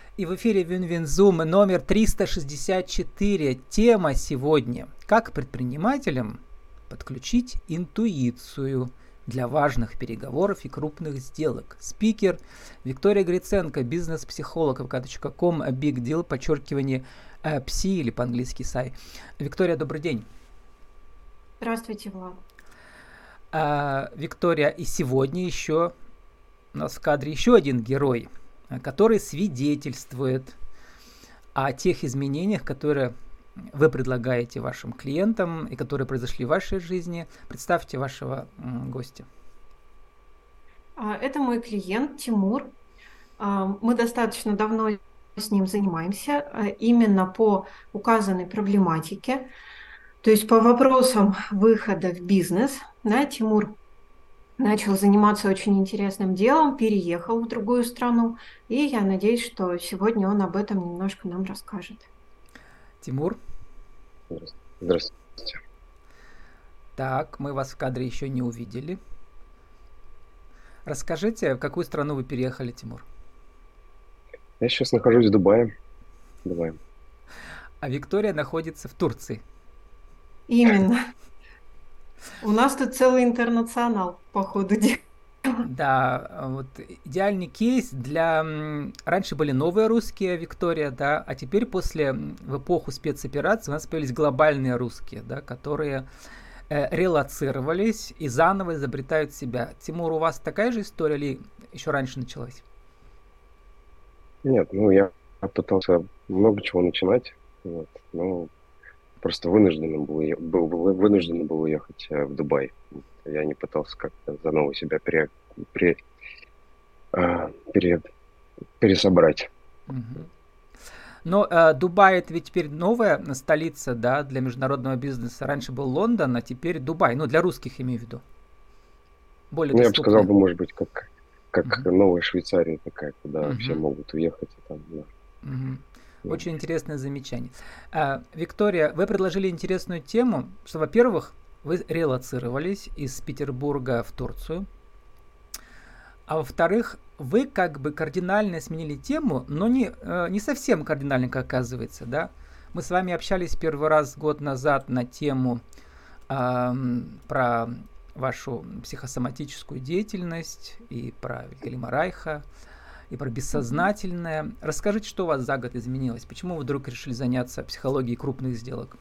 И в эфире Винвинзум номер 364. Тема сегодня: как предпринимателям подключить интуицию для важных переговоров и крупных сделок. Спикер Виктория Гриценко, бизнес-психолог, vk.com, Big Deal, подчеркивание, пси или по-английски сай. Виктория, добрый день. Здравствуйте, Влад. Виктория, и сегодня еще у нас в кадре еще один герой, который свидетельствует о тех изменениях, которые вы предлагаете вашим клиентам и которые произошли в вашей жизни. Представьте вашего гостя. Это мой клиент Тимур. Мы достаточно давно с ним занимаемся именно по указанной проблематике, то есть по вопросам выхода в бизнес. Да, Тимур начал заниматься очень интересным делом, переехал в другую страну, и я надеюсь, что сегодня он об этом немножко нам расскажет. Тимур? Здравствуйте. Так, мы вас в кадре еще не увидели. Расскажите, в какую страну вы переехали, Тимур? Я сейчас нахожусь в Дубае. А Виктория находится в Турции. Именно. У нас тут целый интернационал, по ходу дела. Да, вот идеальный кейс для... Раньше были новые русские, Виктория, да, а теперь в эпоху спецопераций у нас появились глобальные русские, да, которые релоцировались и заново изобретают себя. Тимур, у вас такая же история или еще раньше началась? Нет, я пытался много чего начинать, но просто вынужден был уехать в Дубай. Я не пытался как-то заново себя пересобрать. Но Дубай это ведь теперь новая столица, да, для международного бизнеса. Раньше был Лондон, а теперь Дубай. Ну, для русских имею в виду. Более доступная. Я бы сказал, может быть, как новая Швейцария такая, куда все могут уехать. И там, да. Очень интересное замечание. Виктория, вы предложили интересную тему, что, во-первых, вы релоцировались из Петербурга в Турцию, а во-вторых, вы как бы кардинально сменили тему, но не совсем кардинально, как оказывается, да? Мы с вами общались первый раз год назад на тему про вашу психосоматическую деятельность и про Вильгельма Райха, и про бессознательное. Расскажите, что у вас за год изменилось? Почему вы вдруг решили заняться психологией крупных сделок?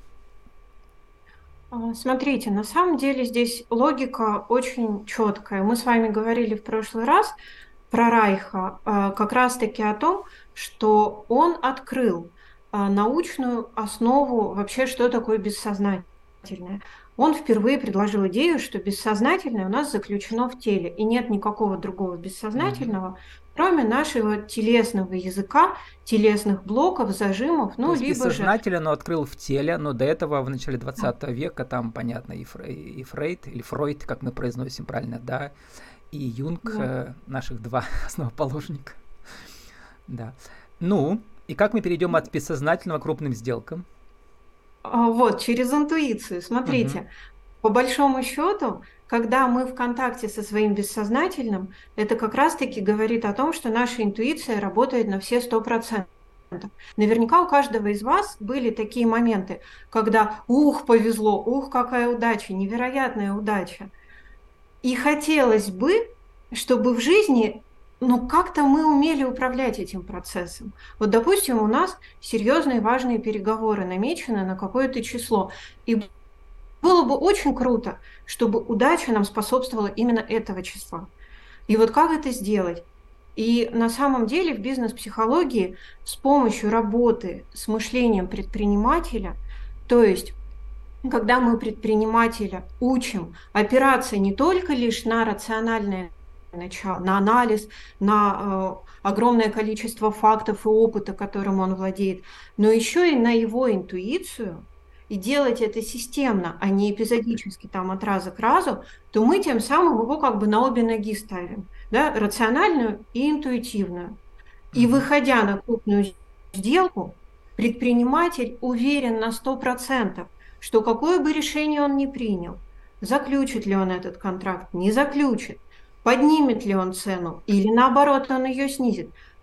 Смотрите, на самом деле здесь логика очень четкая. Мы с вами говорили в прошлый раз про Райха как раз-таки о том, что он открыл научную основу вообще, что такое бессознательное. Он впервые предложил идею, что бессознательное у нас заключено в теле, и нет никакого другого бессознательного, кроме нашего телесного языка, телесных блоков, зажимов, То есть либо же... бессознательно, но открыл в теле, но до этого в начале 20 века там, понятно, и Фрейд, или Фройд, как мы произносим правильно, да, и Юнг, наших два основоположника. Да. Ну, и как мы перейдем от бессознательного к крупным сделкам? Через интуицию. Смотрите, по большому счету, когда мы в контакте со своим бессознательным, это как раз-таки говорит о том, что наша интуиция работает на все 100%. Наверняка у каждого из вас были такие моменты, когда повезло, какая удача, невероятная удача. И хотелось бы, чтобы в жизни как-то мы умели управлять этим процессом. Вот, допустим, у нас серьезные важные переговоры намечены на какое-то число. И было бы очень круто, чтобы удача нам способствовала именно этого числа. И вот как это сделать? И на самом деле в бизнес-психологии с помощью работы с мышлением предпринимателя, то есть когда мы предпринимателя учим опираться не только лишь на рациональное начало, на анализ, на огромное количество фактов и опыта, которым он владеет, но еще и на его интуицию, и делать это системно, а не эпизодически там от раза к разу, то мы тем самым его как бы на обе ноги ставим, да, рациональную и интуитивную. И выходя на крупную сделку, предприниматель уверен на 100%, что какое бы решение он ни принял, заключит ли он этот контракт, не заключит, поднимет ли он цену или наоборот он ее снизит,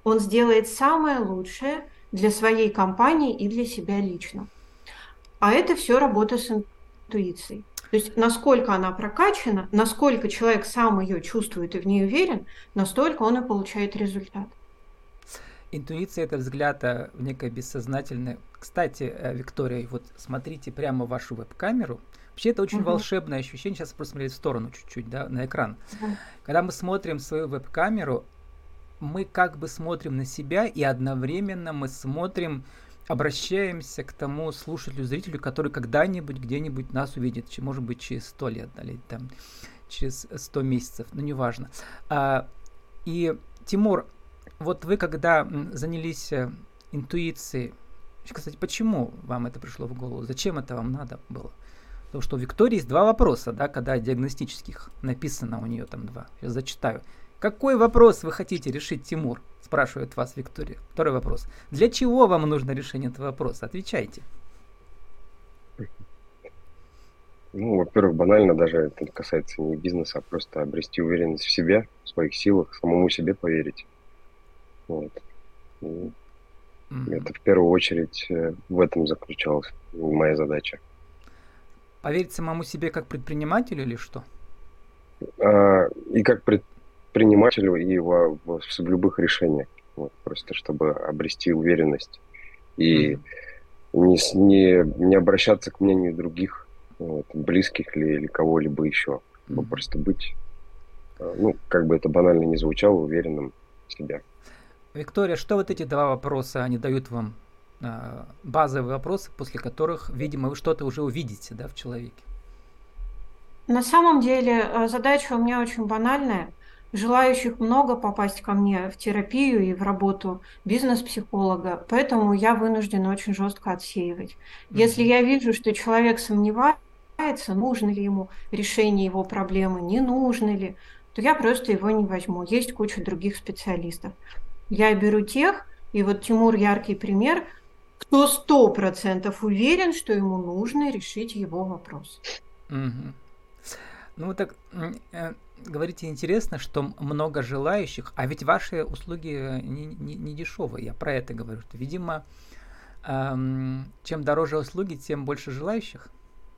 он сделает самое лучшее для своей компании и для себя лично. А это все работа с интуицией. То есть насколько она прокачана, насколько человек сам ее чувствует и в ней уверен, настолько он и получает результат. Интуиция – это взгляд в некое бессознательное. Кстати, Виктория, вот смотрите прямо в вашу веб-камеру. Вообще это очень волшебное ощущение. Сейчас просто смотреть в сторону чуть-чуть, да, на экран. Когда мы смотрим свою веб-камеру, мы как бы смотрим на себя, и одновременно мы смотрим, обращаемся к тому слушателю, зрителю, который когда-нибудь, где-нибудь нас увидит. Может быть, через 100 лет, или там, через 100 месяцев, ну, неважно. И, Тимур, вот вы, когда занялись интуицией, кстати, почему вам это пришло в голову? Зачем это вам надо было? Потому что у Виктории есть 2 вопроса, да, когда диагностических написано у нее там 2. Сейчас зачитаю. Какой вопрос вы хотите решить, Тимур? Спрашивает вас Виктория. Второй вопрос. Для чего вам нужно решение этого вопроса? Отвечайте. Ну, во-первых, банально, даже это касается не бизнеса, а просто обрести уверенность в себе, в своих силах, самому себе поверить. Вот. Это в первую очередь в этом заключалась моя задача. Поверить самому себе как предпринимателю или что? И как предпринимателю, и в любых решениях. Вот, просто чтобы обрести уверенность и не обращаться к мнению других, вот, близких или кого-либо еще. Просто быть, ну, как бы это банально ни звучало, уверенным в себе. Виктория, что вот эти 2 вопроса, они дают вам базовые вопросы, после которых, видимо, вы что-то уже увидите, да, в человеке? На самом деле задача у меня очень банальная. Желающих много попасть ко мне в терапию и в работу бизнес-психолога, поэтому я вынуждена очень жестко отсеивать. Если я вижу, что человек сомневается, нужно ли ему решение его проблемы, не нужно ли, то я просто его не возьму. Есть куча других специалистов. Я беру тех, и вот Тимур яркий пример, кто 100% уверен, что ему нужно решить его вопрос. Ну, так говорите, интересно, что много желающих, а ведь ваши услуги не дешевые, я про это говорю, что, видимо, чем дороже услуги, тем больше желающих.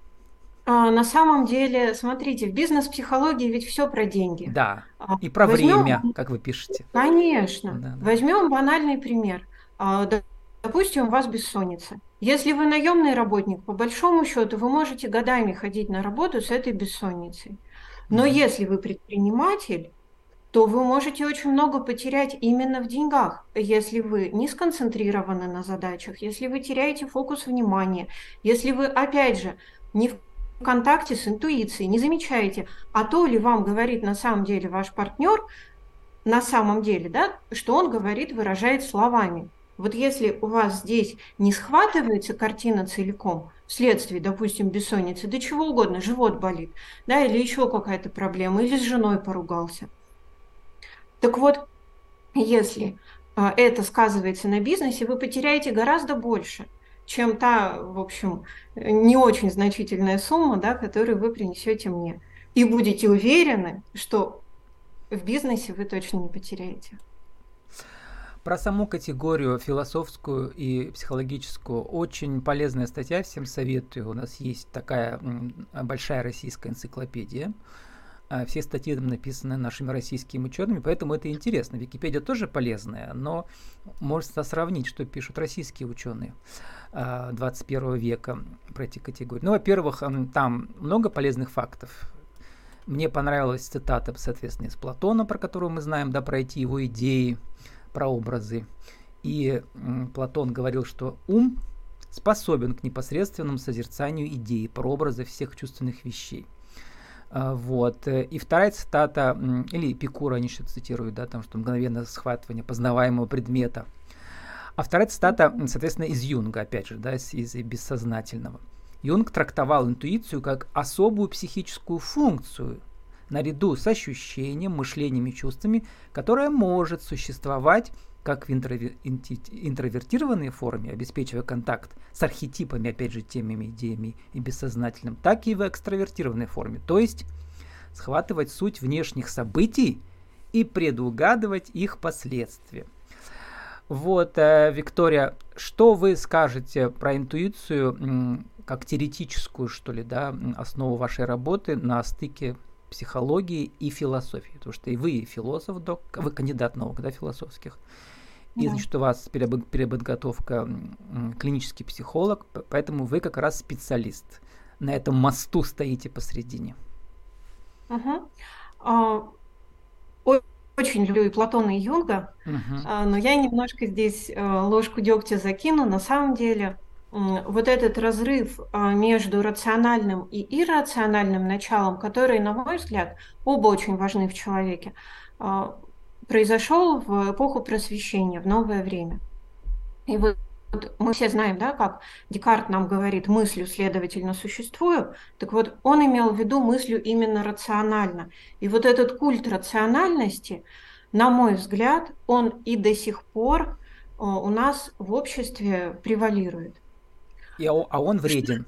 На самом деле, смотрите, в бизнес-психологии ведь все про деньги. Да, и про время, как вы пишете. Конечно. Да. Возьмем банальный пример. Допустим, у вас бессонница. Если вы наемный работник, по большому счету, вы можете годами ходить на работу с этой бессонницей. Но если вы предприниматель, то вы можете очень много потерять именно в деньгах, если вы не сконцентрированы на задачах, если вы теряете фокус внимания, если вы, опять же, не в контакте с интуицией, не замечаете, а то ли вам говорит на самом деле ваш партнер, на самом деле, да, что он говорит, выражает словами. Вот если у вас здесь не схватывается картина целиком, вследствие, допустим, бессонницы, да чего угодно, живот болит, да, или еще какая-то проблема, или с женой поругался. Так вот, если это сказывается на бизнесе, вы потеряете гораздо больше, чем та, в общем, не очень значительная сумма, да, которую вы принесете мне. И будете уверены, что в бизнесе вы точно не потеряете. Про саму категорию философскую и психологическую очень полезная статья, всем советую. У нас есть такая большая российская энциклопедия. Все статьи там написаны нашими российскими учеными, поэтому это интересно. Википедия тоже полезная, но можно сравнить, что пишут российские ученые 21 века про эти категории. Ну, во-первых, там много полезных фактов. Мне понравилась цитата, соответственно, из Платона, про которую мы знаем, да, про эти его идеи, про образы. И Платон говорил, что ум способен к непосредственному созерцанию идей, прообраза всех чувственных вещей. Вот. И вторая цитата, или Эпикура, они еще цитируют, да, там, что мгновенное схватывание познаваемого предмета. А вторая цитата, соответственно, из Юнга, опять же, да, из бессознательного. Юнг трактовал интуицию как особую психическую функцию, наряду с ощущением, мышлением и чувствами, которая может существовать как в интровертированной форме, обеспечивая контакт с архетипами, опять же, темами, идеями и бессознательным, так и в экстравертированной форме, то есть схватывать суть внешних событий и предугадывать их последствия. Вот, Виктория, что вы скажете про интуицию как теоретическую, что ли, да, основу вашей работы на стыке психологии и философии? Потому что и вы философ, вы кандидат наук, да, философских. И, Да. значит, у вас переподготовка клинический психолог, поэтому вы как раз специалист. На этом мосту стоите посредине. Мгм. А, Очень люблю и Платона, и Юнга, но я немножко здесь ложку дегтя закину. На самом деле, вот этот разрыв между рациональным и иррациональным началом, который, на мой взгляд, оба очень важны в человеке, произошел в эпоху Просвещения, в новое время. И вот мы все знаем, да, как Декарт нам говорит: мыслью, следовательно, существую. Так вот, он имел в виду мыслью именно рационально. И вот этот культ рациональности, на мой взгляд, он и до сих пор у нас в обществе превалирует. А он вреден.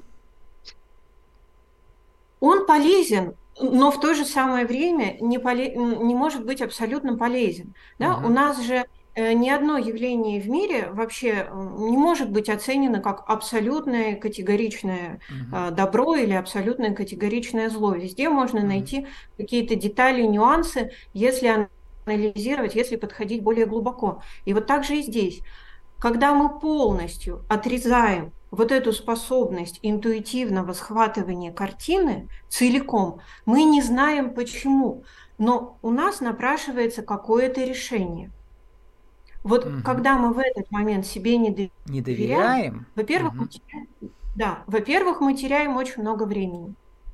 Он полезен, но в то же самое время не может быть абсолютно полезен. Да? У нас же ни одно явление в мире вообще не может быть оценено как абсолютное категоричное добро или абсолютное категоричное зло. Везде можно найти какие-то детали, нюансы, если анализировать, если подходить более глубоко. И вот так же и здесь. Когда мы полностью отрезаем вот эту способность интуитивного схватывания картины целиком, мы не знаем почему, но у нас напрашивается какое-то решение. Вот когда мы в этот момент себе не доверяем, во-первых, мы теряем очень много времени.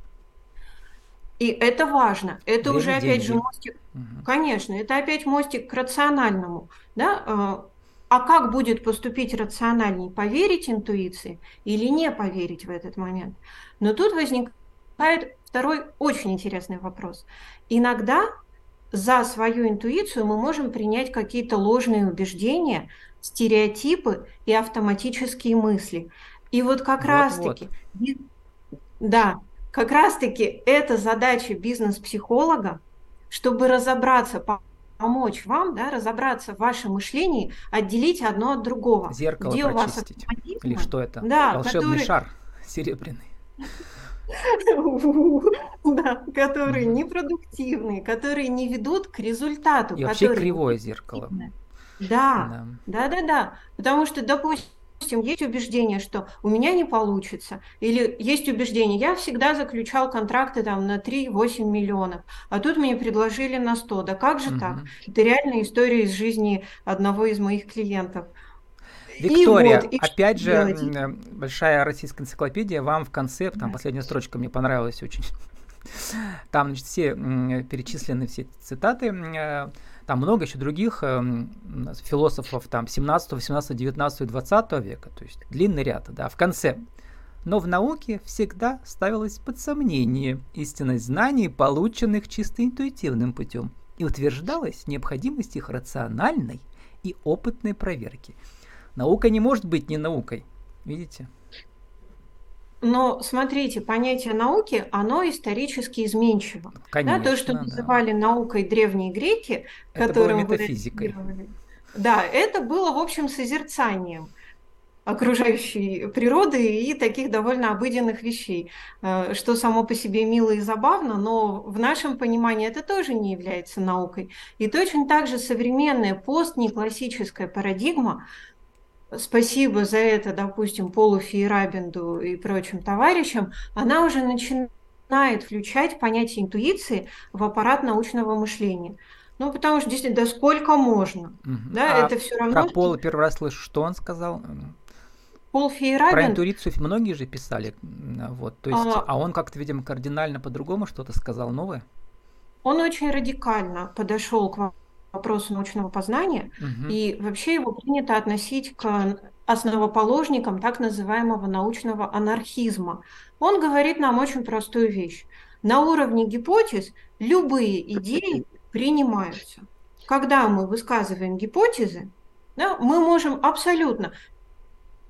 И это важно. Это Время, уже опять деньги. же мостик. Конечно, это опять мостик к рациональному. Да? А как будет поступить рациональней? Поверить интуиции или не поверить в этот момент? Но тут возникает второй очень интересный вопрос. Иногда за свою интуицию мы можем принять какие-то ложные убеждения, стереотипы и автоматические мысли. И вот как раз-таки, да, как раз-таки это задача бизнес-психолога, чтобы разобраться, помочь вам, да, разобраться в вашем мышлении, отделить одно от другого. Зеркало Где прочистить. У вас автоматизмы, Или что это? да, Волшебный шар серебряный. Да, которые непродуктивные, которые не ведут к результату. И вообще кривое зеркало. Да. Потому что, допустим, есть убеждение, что у меня не получится, или есть убеждение, я всегда заключал контракты там на 3-8 миллионов, а тут мне предложили на 100. Да как же так? Это реальная история из жизни одного из моих клиентов. Виктория, опять же, большая российская энциклопедия, вам в конце, там последняя строчка мне понравилась очень. Там, значит, все перечислены все цитаты. Там много еще других философов там 17, 18, 19, 20 века. То есть длинный ряд, да, в конце. Но в науке всегда ставилось под сомнение истинность знаний, полученных чисто интуитивным путем, и утверждалась необходимость их рациональной и опытной проверки. Наука не может быть не наукой, видите? Но смотрите, понятие науки, оно исторически изменчиво. Конечно, да, то, что называли наукой древние греки, это которым было метафизикой. Да, это было, в общем, созерцанием окружающей природы и таких довольно обыденных вещей, что само по себе мило и забавно, но в нашем понимании это тоже не является наукой. И точно так же современная постнеклассическая парадигма, спасибо за это, допустим, Полу Фейерабенду и прочим товарищам, она уже начинает включать понятие интуиции в аппарат научного мышления. Ну, потому что действительно, да сколько можно? Да, это все равно. Про Пола первый раз слышу, что он сказал. Пол Фейерабенд. Про интуицию многие же писали. Вот, то есть, а он как-то, видимо, кардинально по-другому что-то сказал новое? Он очень радикально подошел к вопросу научного познания, и вообще его принято относить к основоположникам так называемого научного анархизма. Он говорит нам очень простую вещь. На уровне гипотез любые идеи принимаются. Когда мы высказываем гипотезы, да, мы можем абсолютно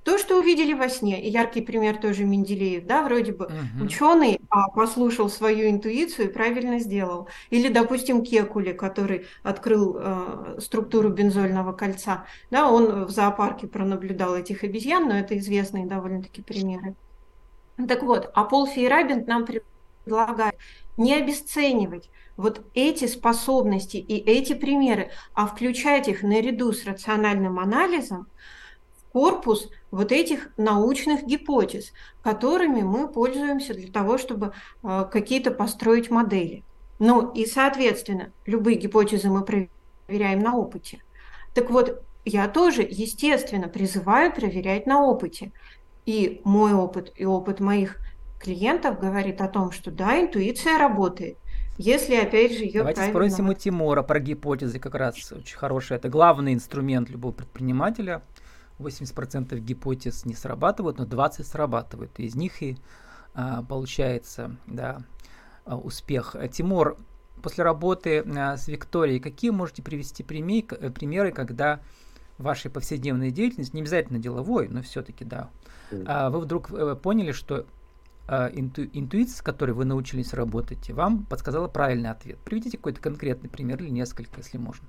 То, что увидели во сне, и яркий пример тоже Менделеев, да, вроде бы Мгм. ученый послушал свою интуицию и правильно сделал. Или, допустим, Кекуле, который открыл структуру бензольного кольца, да, он в зоопарке пронаблюдал этих обезьян, но это известные довольно-таки примеры. Так вот, а Пол Фейерабенд нам предлагает не обесценивать вот эти способности и эти примеры, а включать их наряду с рациональным анализом в корпус вот этих научных гипотез, которыми мы пользуемся для того, чтобы какие-то построить модели. Ну и, соответственно, любые гипотезы мы проверяем на опыте. Так вот, я тоже, естественно, призываю проверять на опыте. И мой опыт, и опыт моих клиентов говорит о том, что да, интуиция работает, если, опять же, ее Давайте правильно... спросим у Тимура про гипотезы, как раз очень хороший. Это главный инструмент любого предпринимателя. 80% гипотез не срабатывают, но 20% срабатывают. Из них и получается, да, успех. Тимур, после работы с Викторией, какие можете привести примеры, когда в вашей повседневной деятельности, не обязательно деловой, но все-таки, да, вы вдруг поняли, что интуиция, с которой вы научились работать, вам подсказала правильный ответ? Приведите какой-то конкретный пример или несколько, если можно.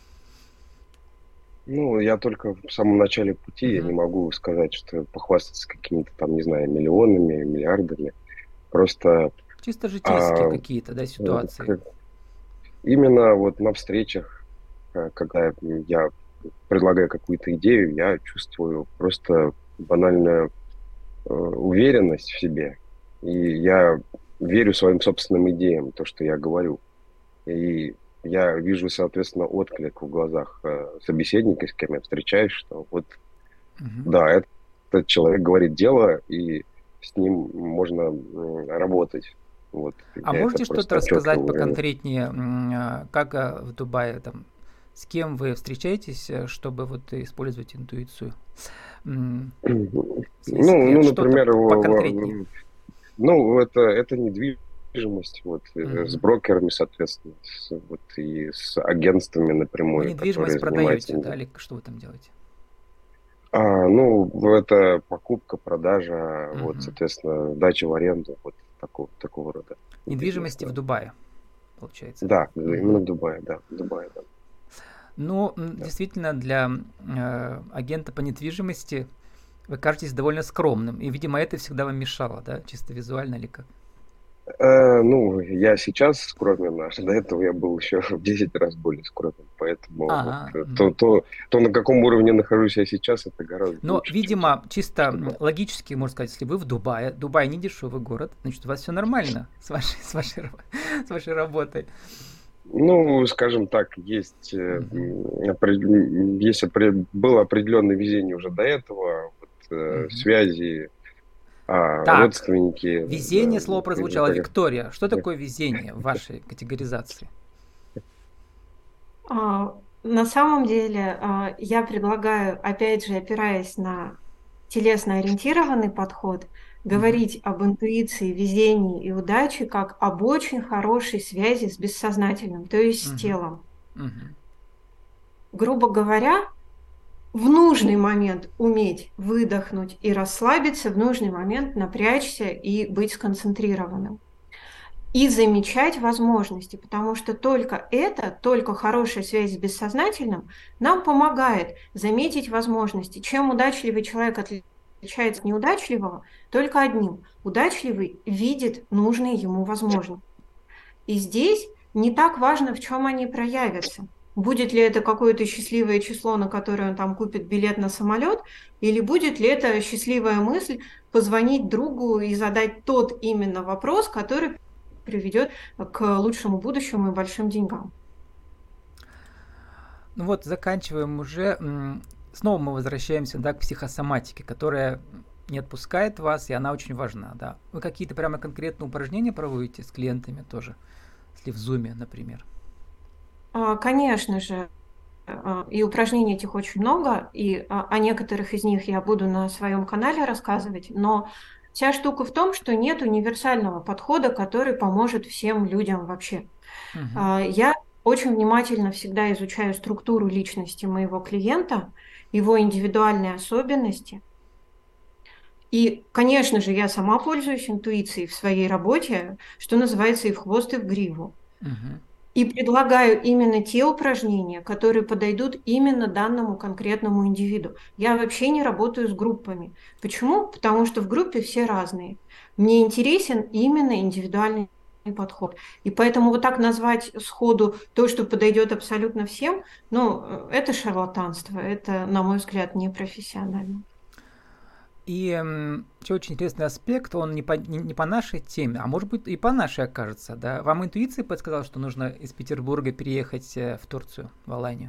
Ну, я только в самом начале пути, я не могу сказать, что похвастаться какими-то там, не знаю, миллионами, миллиардами. Просто Чисто житейские какие-то, да, ситуации. Именно вот на встречах, когда я предлагаю какую-то идею, я чувствую просто банальную уверенность в себе. И я верю своим собственным идеям, то, что я говорю. И я вижу, соответственно, отклик в глазах собеседника, с кем я встречаюсь, что вот, да, этот человек говорит дело, и с ним можно работать. Вот, а можете что-то рассказать поконкретнее, как в Дубае, там, с кем вы встречаетесь, чтобы вот использовать интуицию? Например, это недвижимость, вот, с брокерами, соответственно, вот, и с агентствами напрямую. Вы недвижимость продаете, да, или что вы там делаете? Это покупка, продажа, вот, соответственно, сдача в аренду, вот такого рода. Недвижимости в Дубае, получается. Да, именно в Дубае, да, Ну, действительно, для агента по недвижимости вы кажетесь довольно скромным. И, видимо, это всегда вам мешало, да? Чисто визуально или как? Я сейчас скромен, а до этого я был еще в 10 раз более скромен. Поэтому то, на каком уровне нахожусь я сейчас, это гораздо Но, лучше, видимо, чисто логически, можно сказать, если вы в Дубае, Дубай не дешевый город, значит, у вас все нормально с вашей работой. Ну, скажем так, было определенное везение уже до этого, связи, родственники. Везение, слово прозвучало. Виктория, что такое везение в вашей категоризации? На самом деле, я предлагаю, опять же, опираясь на телесно-ориентированный подход, говорить об интуиции, везении и удаче как об очень хорошей связи с бессознательным, то есть с телом. Грубо говоря, в нужный момент уметь выдохнуть и расслабиться, в нужный момент напрячься и быть сконцентрированным. И замечать возможности, потому что только хорошая связь с бессознательным нам помогает заметить возможности. Чем удачливый человек отличается от неудачливого? Только одним. Удачливый видит нужные ему возможности. И здесь не так важно, в чем они проявятся. Будет ли это какое-то счастливое число, на которое он там купит билет на самолет, или будет ли это счастливая мысль позвонить другу и задать тот именно вопрос, который приведет к лучшему будущему и большим деньгам. Ну вот, заканчиваем уже. Снова мы возвращаемся, да, к психосоматике, которая не отпускает вас, и она очень важна. Да. Вы какие-то прямо конкретные упражнения проводите с клиентами тоже, если в Zoom, например? Конечно же. И упражнений этих очень много, и о некоторых из них я буду на своем канале рассказывать, но вся штука в том, что нет универсального подхода, который поможет всем людям вообще. Я очень внимательно всегда изучаю структуру личности моего клиента, его индивидуальные особенности, И, конечно же, я сама пользуюсь интуицией в своей работе, что называется, и в хвост, и в гриву. Мгм. И предлагаю именно те упражнения, которые подойдут именно данному конкретному индивиду. Я вообще не работаю с группами. Почему? Потому что в группе все разные. Мне интересен именно индивидуальный подход. И поэтому вот так назвать сходу то, что подойдет абсолютно всем, ну, это шарлатанство, это, на мой взгляд, непрофессионально. И еще очень интересный аспект, он не по нашей теме, а может быть и по нашей окажется. Да? Вам интуиция подсказала, что нужно из Петербурга переехать в Турцию, в Аланию?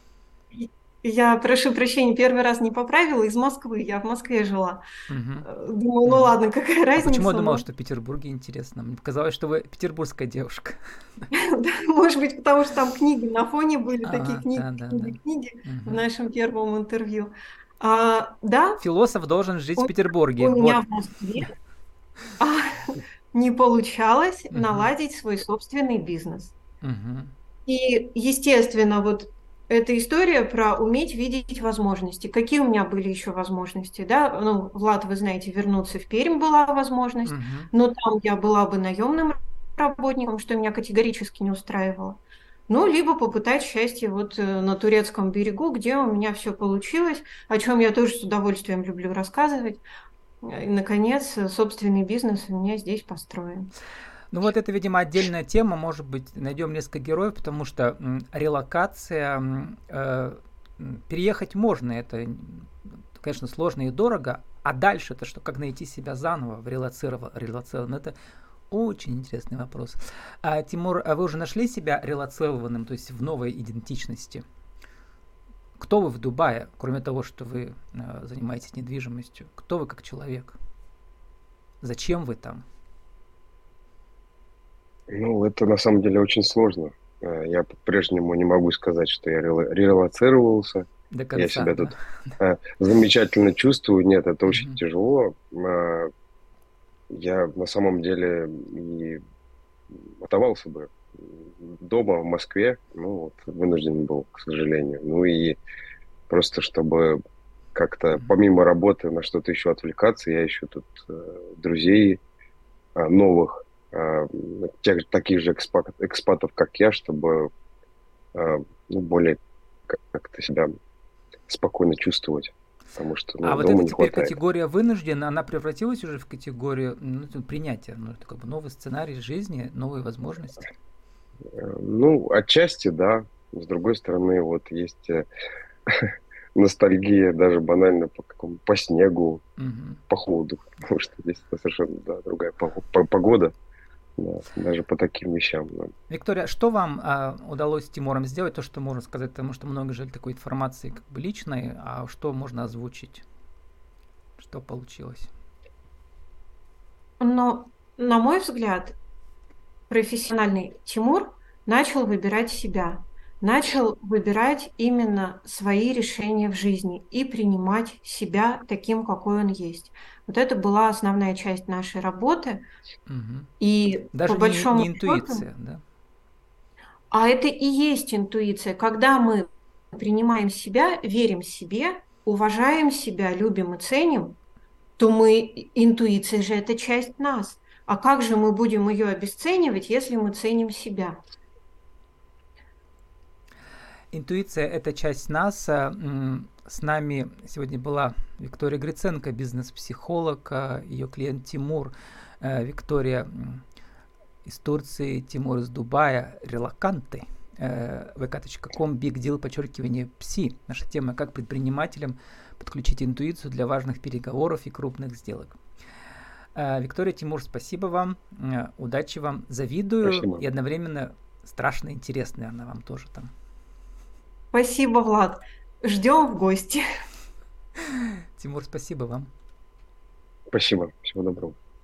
Я прошу прощения, первый раз не поправила, из Москвы, я в Москве жила. Мгм. Думаю, ну Мгм. ладно, какая А почему я разница, думал, может, что в Петербурге интересно? Мне показалось, что вы петербургская девушка. может быть, потому что там книги на фоне были, такие Ага, книги, да, да, да. книги, книги в Мгм. нашем первом интервью. Да, Философ должен жить в у Петербурге. меня Вот. в Москве а, не получалось Мгм. наладить свой собственный бизнес. Мгм. И, естественно, вот эта история про уметь видеть возможности. Какие у меня были еще возможности, да? Ну, Влад, вы знаете, вернуться в Пермь была возможность, Мгм. но там я была бы наемным работником, что меня категорически не устраивало. Ну, либо попытать счастье вот на турецком берегу, где у меня все получилось, о чем я тоже с удовольствием люблю рассказывать. И, наконец, собственный бизнес у меня здесь построен. Ну вот это, видимо, отдельная тема, может быть, найдем несколько героев, потому что релокация, переехать можно, это, конечно, сложно и дорого, а дальше-то что, как найти себя заново в релоцированном, это очень интересный вопрос. Тимур, а вы уже нашли себя релоцированным, то есть в новой идентичности? Кто вы в Дубае, кроме того, что вы занимаетесь недвижимостью? Кто вы как человек? Зачем вы там? Ну, это на самом деле очень сложно. Я по-прежнему не могу сказать, что я релоцировался. До Я конца, себя да? тут замечательно чувствую. Нет, это очень Мгм. тяжело. Я на самом деле и оставался бы дома в Москве, ну, вот, вынужден был, к сожалению. Ну и просто чтобы как-то Мгм. помимо работы на что-то еще отвлекаться, я ищу тут друзей новых, таких же экспатов, как я, чтобы ну, более как-то себя спокойно чувствовать, потому что А ну, вот дома эта не теперь хватает. категория вынуждена, она превратилась уже в категорию принятия, ну, это как бы новый сценарий жизни, новые возможности. Ну, отчасти, да. С другой стороны, вот есть ностальгия даже банально по снегу, Мгм. по холоду, потому что здесь совершенно да, другая погода, да, даже по таким вещам. Да. Виктория, что вам удалось с Тимуром сделать, то, что можно сказать, потому что много же такой информации как бы личной, а что можно озвучить, что получилось? Но, на мой взгляд, профессиональный Тимур начал выбирать себя, начал выбирать именно свои решения в жизни и принимать себя таким, какой он есть. Вот это была основная часть нашей работы. Мгм. И по Даже большому не счету, интуиция, да? а это и есть интуиция, когда мы принимаем себя, верим себе, уважаем себя, любим и ценим, то интуиция же это часть нас. А как же мы будем ее обесценивать, если мы ценим себя? Интуиция – это часть нас. С нами сегодня была Виктория Гриценко, бизнес-психолог, ее клиент Тимур. Виктория из Турции, Тимур из Дубая, релаканты. vk.com, big deal, подчеркивание, пси. Наша тема «Как предпринимателям подключить интуицию для важных переговоров и крупных сделок». Виктория, Тимур, спасибо вам, удачи вам, завидую Спасибо. и одновременно страшно интересно, наверное, вам тоже там. Спасибо, Влад. Ждем в гости. Тимур, спасибо вам. Спасибо. Всего доброго.